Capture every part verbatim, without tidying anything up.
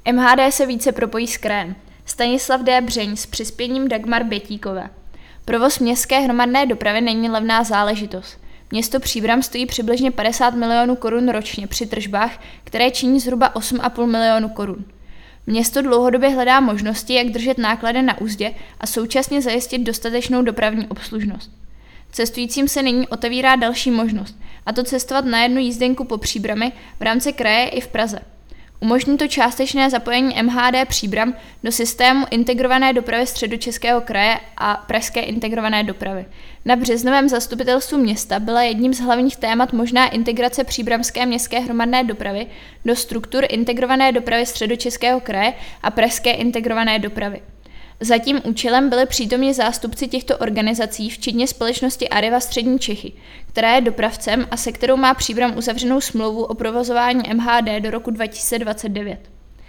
M H D se více propojí s krajem. Stanislav D. Břeň s přispěním Dagmar Bětíkové. Provoz městské hromadné dopravy není levná záležitost. Město Příbram stojí přibližně padesát milionů korun ročně při tržbách, které činí zhruba osm a půl milionu korun. Město dlouhodobě hledá možnosti, jak držet náklady na uzdě a současně zajistit dostatečnou dopravní obslužnost. Cestujícím se nyní otevírá další možnost, a to cestovat na jednu jízdenku po Příbrami v rámci kraje i v Praze. Umožní to částečné zapojení M H D Příbram do systému integrované dopravy Středočeského kraje a pražské integrované dopravy. Na březnovém zastupitelstvu města byla jedním z hlavních témat možná integrace příbramské městské hromadné dopravy do struktur integrované dopravy Středočeského kraje a pražské integrované dopravy. Za tím účelem byli přítomni zástupci těchto organizací, včetně společnosti Arriva Střední Čechy, která je dopravcem a se kterou má Příbram uzavřenou smlouvu o provozování M H D do roku dva tisíce dvacet devět.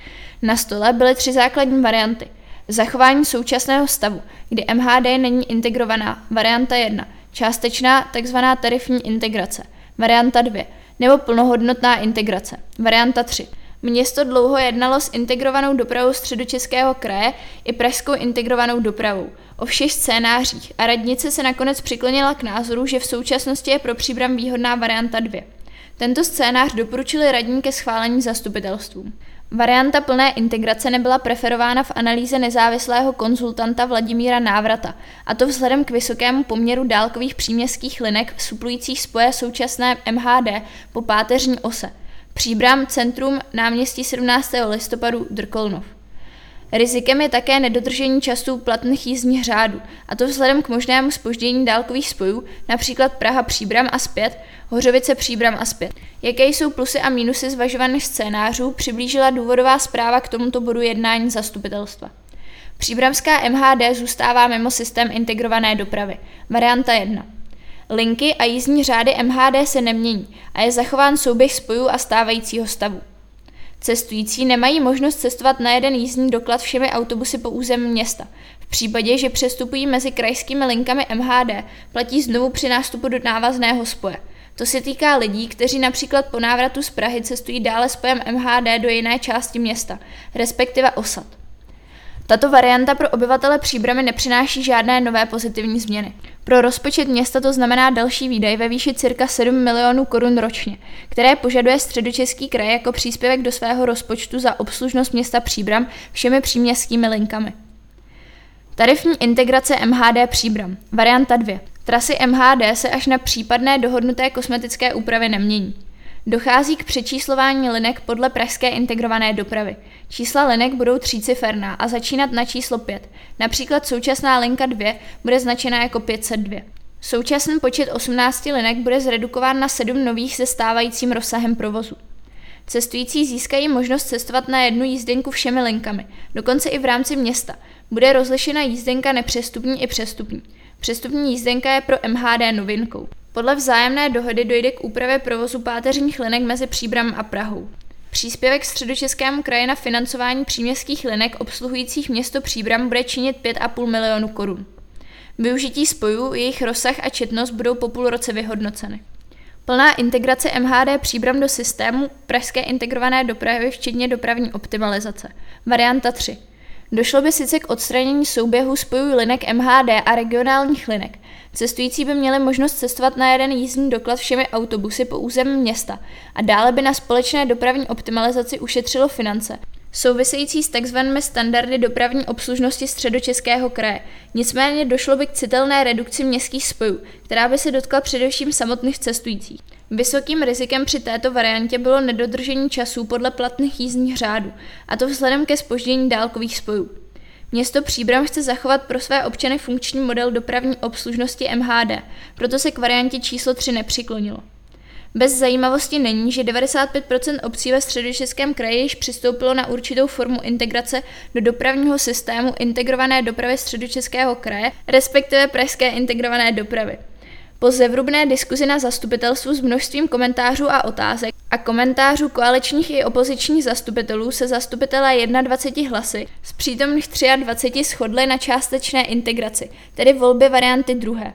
Na stole byly tři základní varianty. Zachování současného stavu, kdy M H D není integrovaná, varianta jedna, částečná tzv. Tarifní integrace, varianta dvě, nebo plnohodnotná integrace, varianta tři. Město dlouho jednalo s integrovanou dopravou Středočeského kraje i pražskou integrovanou dopravou o všech scénářích a radnice se nakonec přiklonila k názoru, že v současnosti je pro Příbram výhodná varianta dvě. Tento scénář doporučili radní ke schválení zastupitelstvům. Varianta plné integrace nebyla preferována v analýze nezávislého konzultanta Vladimíra Návrata, a to vzhledem k vysokému poměru dálkových příměstských linek suplujících spoje současné M H D po páteřní ose. Příbram, centrum, náměstí sedmnáctého listopadu, Drkolnov. Rizikem je také nedodržení časů platných jízdních řádů, a to vzhledem k možnému zpoždění dálkových spojů, například Praha-Příbram a zpět, Hořovice-Příbram a zpět. Jaké jsou plusy a mínusy zvažovaných scénářů, přiblížila důvodová zpráva k tomuto bodu jednání zastupitelstva. Příbramská M H D zůstává mimo systém integrované dopravy. Varianta jedna. Linky a jízdní řády M H D se nemění a je zachován souběh spojů a stávajícího stavu. Cestující nemají možnost cestovat na jeden jízdní doklad všemi autobusy po území města. V případě, že přestupují mezi krajskými linkami M H D, platí znovu při nástupu do návazného spoje. To se týká lidí, kteří například po návratu z Prahy cestují dále spojem M H D do jiné části města, respektive osad. Tato varianta pro obyvatele Příbrami nepřináší žádné nové pozitivní změny. Pro rozpočet města to znamená další výdaj ve výši cirka sedm milionů korun ročně, které požaduje Středočeský kraj jako příspěvek do svého rozpočtu za obslužnost města Příbram všemi příměstskými linkami. Tarifní integrace M H D Příbram. Varianta dvě. Trasy M H D se až na případné dohodnuté kosmetické úpravy nemění. Dochází k přečíslování linek podle pražské integrované dopravy. Čísla linek budou tříciferná a začínat na číslo pět. Například současná linka dvě bude značena jako pět set dva. Současný počet osmnácti linek bude zredukován na sedm nových se stávajícím rozsahem provozu. Cestující získají možnost cestovat na jednu jízdenku všemi linkami, dokonce i v rámci města. Bude rozlišena jízdenka nepřestupní i přestupní. Přestupní jízdenka je pro M H D novinkou. Podle vzájemné dohody dojde k úpravě provozu páteřních linek mezi Příbramem a Prahou. Příspěvek Středočeskému kraji na financování příměstských linek obsluhujících město Příbram bude činit pět a půl milionu korun. Využití spojů, jejich rozsah a četnost budou po půl roce vyhodnoceny. Plná integrace M H D Příbram do systému pražské integrované dopravy včetně dopravní optimalizace. Varianta tři. Došlo by sice k odstranění souběhu spojů linek M H D a regionálních linek. Cestující by měli možnost cestovat na jeden jízdní doklad všemi autobusy po území města a dále by na společné dopravní optimalizaci ušetřilo finance, související s takzvanými standardy dopravní obslužnosti Středočeského kraje. Nicméně došlo by k citelné redukci městských spojů, která by se dotkla především samotných cestujících. Vysokým rizikem při této variantě bylo nedodržení časů podle platných jízdních řádů, a to vzhledem ke zpoždění dálkových spojů. Město Příbram chce zachovat pro své občany funkční model dopravní obslužnosti M H D, proto se k variantě číslo tři nepřiklonilo. Bez zajímavosti není, že devadesát pět procent obcí ve Středočeském kraji již přistoupilo na určitou formu integrace do dopravního systému integrované dopravy Středočeského kraje, respektive pražské integrované dopravy. Po zevrubné diskuzi na zastupitelstvu s množstvím komentářů a otázek a komentářů koaličních i opozičních zastupitelů se zastupitelé dvacet jedna hlasy z přítomných dvaceti tři shodli na částečné integraci, tedy volbě varianty druhé.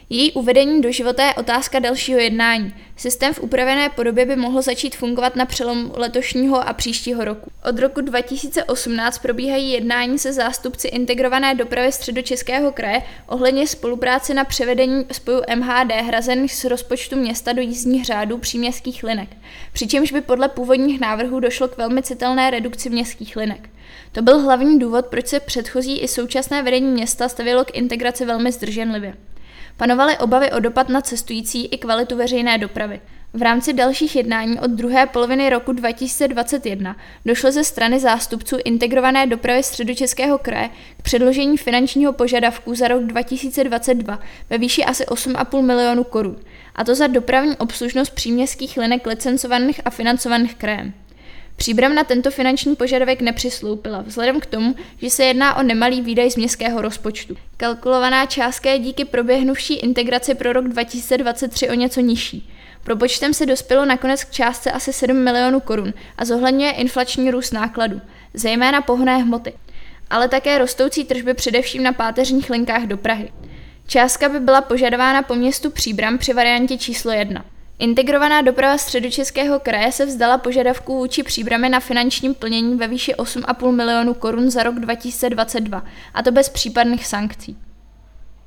Její uvedení do života je otázka dalšího jednání. Systém v upravené podobě by mohl začít fungovat na přelomu letošního a příštího roku. Od roku dva tisíce osmnáct probíhají jednání se zástupci integrované dopravy Středočeského kraje ohledně spolupráce na převedení spojů M H D hrazených z rozpočtu města do jízdních řádů příměstských linek, přičemž by podle původních návrhů došlo k velmi citelné redukci městských linek. To byl hlavní důvod, proč se předchozí i současné vedení města stavělo k integraci velmi zdrženlivě. Panovaly obavy o dopad na cestující i kvalitu veřejné dopravy. V rámci dalších jednání od druhé poloviny roku dva tisíce dvacet jedna došlo ze strany zástupců integrované dopravy Středočeského kraje k předložení finančního požadavku za rok dva tisíce dvacet dva ve výši asi osm a půl milionu korun, a to za dopravní obslužnost příměstských linek licencovaných a financovaných krajem. Příbram na tento finanční požadavek nepřisloupila, vzhledem k tomu, že se jedná o nemalý výdaj z městského rozpočtu. Kalkulovaná částka je díky proběhnuvší integraci pro rok dva tisíce dvacet tři o něco nižší. Propočtem se dospělo nakonec k částce asi sedm milionů korun a zohledňuje inflační růst nákladů, zejména pohonné hmoty, ale také rostoucí tržby především na páteřních linkách do Prahy. Částka by byla požadována po městu Příbram při variantě číslo jedna. Integrovaná doprava Středočeského kraje se vzdala požadavků vůči Příbrami na finančním plnění ve výši osm a půl milionu korun za rok dva tisíce dvacet dva, a to bez případných sankcí.